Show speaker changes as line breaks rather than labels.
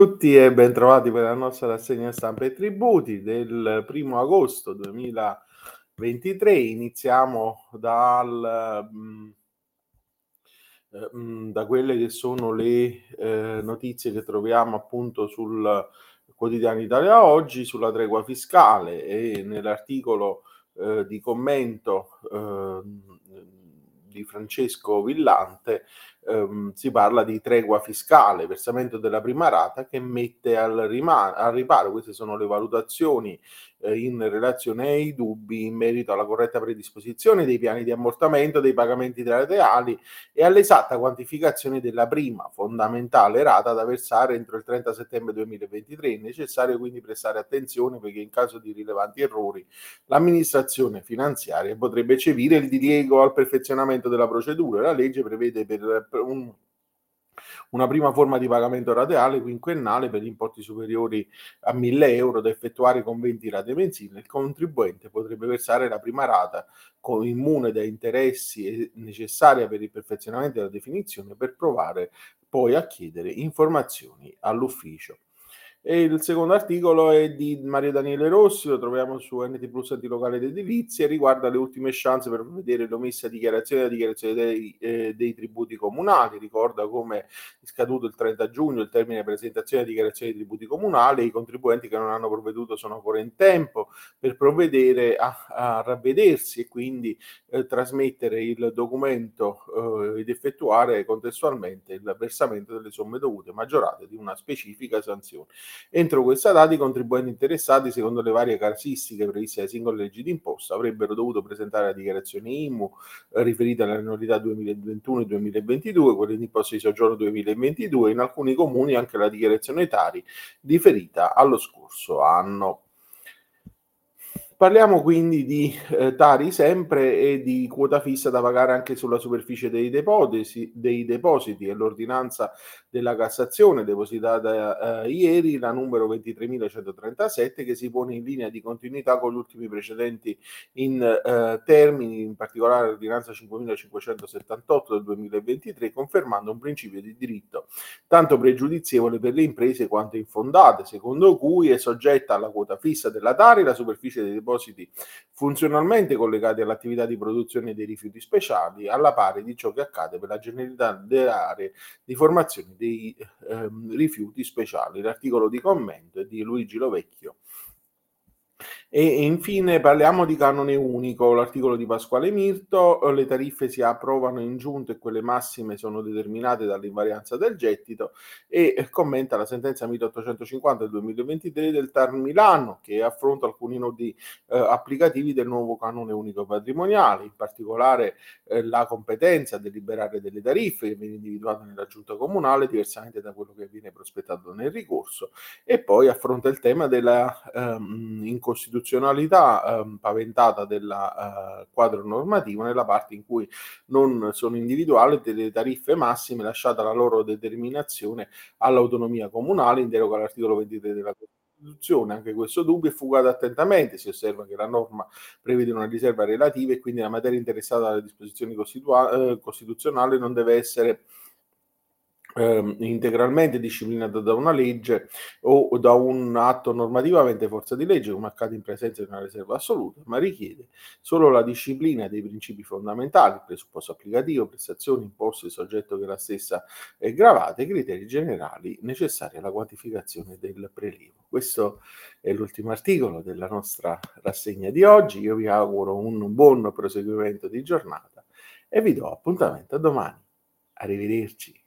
Tutti e bentrovati per la nostra rassegna stampa e tributi del 1° agosto 2023. Iniziamo da quelle che sono le notizie che troviamo appunto sul quotidiano Italia Oggi, sulla tregua fiscale, e nell'articolo di commento di Francesco Villante si parla di tregua fiscale, versamento della prima rata che mette al riparo. Queste sono le valutazioni in relazione ai dubbi in merito alla corretta predisposizione dei piani di ammortamento dei pagamenti rateali e all'esatta quantificazione della prima fondamentale rata da versare entro il 30 settembre 2023. È necessario quindi prestare attenzione, perché in caso di rilevanti errori l'amministrazione finanziaria potrebbe eccepire il diniego al perfezionamento della procedura. La legge prevede una prima forma di pagamento rateale quinquennale per importi superiori a 1.000 euro da effettuare con 20 rate mensili. Il contribuente potrebbe versare la prima rata immune da interessi e necessaria per il perfezionamento della definizione, per provare poi a chiedere informazioni all'ufficio. E il secondo articolo è di Mario Daniele Rossi, lo troviamo su NT Plus Antilocale ed Edilizia, e riguarda le ultime chance per vedere l'omessa dichiarazione, la dichiarazione dei tributi comunali. Ricorda come è scaduto il 30 giugno il termine di presentazione della dichiarazione dei tributi comunali. I contribuenti che non hanno provveduto sono ancora in tempo per provvedere a ravvedersi e quindi trasmettere il documento ed effettuare contestualmente il versamento delle somme dovute maggiorate di una specifica sanzione. Entro questa data i contribuenti interessati, secondo le varie casistiche previste dai singoli leggi d'imposta, avrebbero dovuto presentare la dichiarazione IMU riferita alle annualità 2021 e 2022, quelle di imposta di soggiorno 2022, e in alcuni comuni anche la dichiarazione Tari riferita allo scorso anno. Parliamo quindi di Tari sempre e di quota fissa da pagare anche sulla superficie dei depositi, e l'ordinanza della Cassazione depositata ieri, la numero 23.137, che si pone in linea di continuità con gli ultimi precedenti termini, in particolare l'ordinanza 5.578 del 2023, confermando un principio di diritto tanto pregiudizievole per le imprese quanto infondate, secondo cui è soggetta alla quota fissa della Tari la superficie dei depositi funzionalmente collegati all'attività di produzione dei rifiuti speciali, alla pari di ciò che accade per la generalità delle aree di formazione dei rifiuti speciali. L'articolo di commento è di Luigi Lovecchio. E infine parliamo di canone unico, l'articolo di Pasquale Mirto. Le tariffe si approvano in giunta e quelle massime sono determinate dall'invarianza del gettito, e commenta la sentenza 1850 del 2023 del TAR Milano, che affronta alcuni nodi applicativi del nuovo canone unico patrimoniale, in particolare la competenza a deliberare delle tariffe, che viene individuata nella giunta comunale diversamente da quello che viene prospettato nel ricorso, e poi affronta il tema della incostituzionalità paventata del quadro normativo, nella parte in cui non sono individuate delle tariffe massime, lasciata la loro determinazione all'autonomia comunale, in deroga all'articolo 23 della Costituzione. Anche questo dubbio è fugato attentamente. Si osserva che la norma prevede una riserva relativa, e quindi la materia interessata dalle disposizioni costituzionali non deve essere integralmente disciplinata da una legge o da un atto normativo avente forza di legge, come accade in presenza di una riserva assoluta, ma richiede solo la disciplina dei principi fondamentali, presupposto applicativo, prestazioni, imposte, soggetto che la stessa è gravata, e criteri generali necessari alla quantificazione del prelievo. Questo è l'ultimo articolo della nostra rassegna di oggi. Io vi auguro un buon proseguimento di giornata e vi do appuntamento a domani. Arrivederci.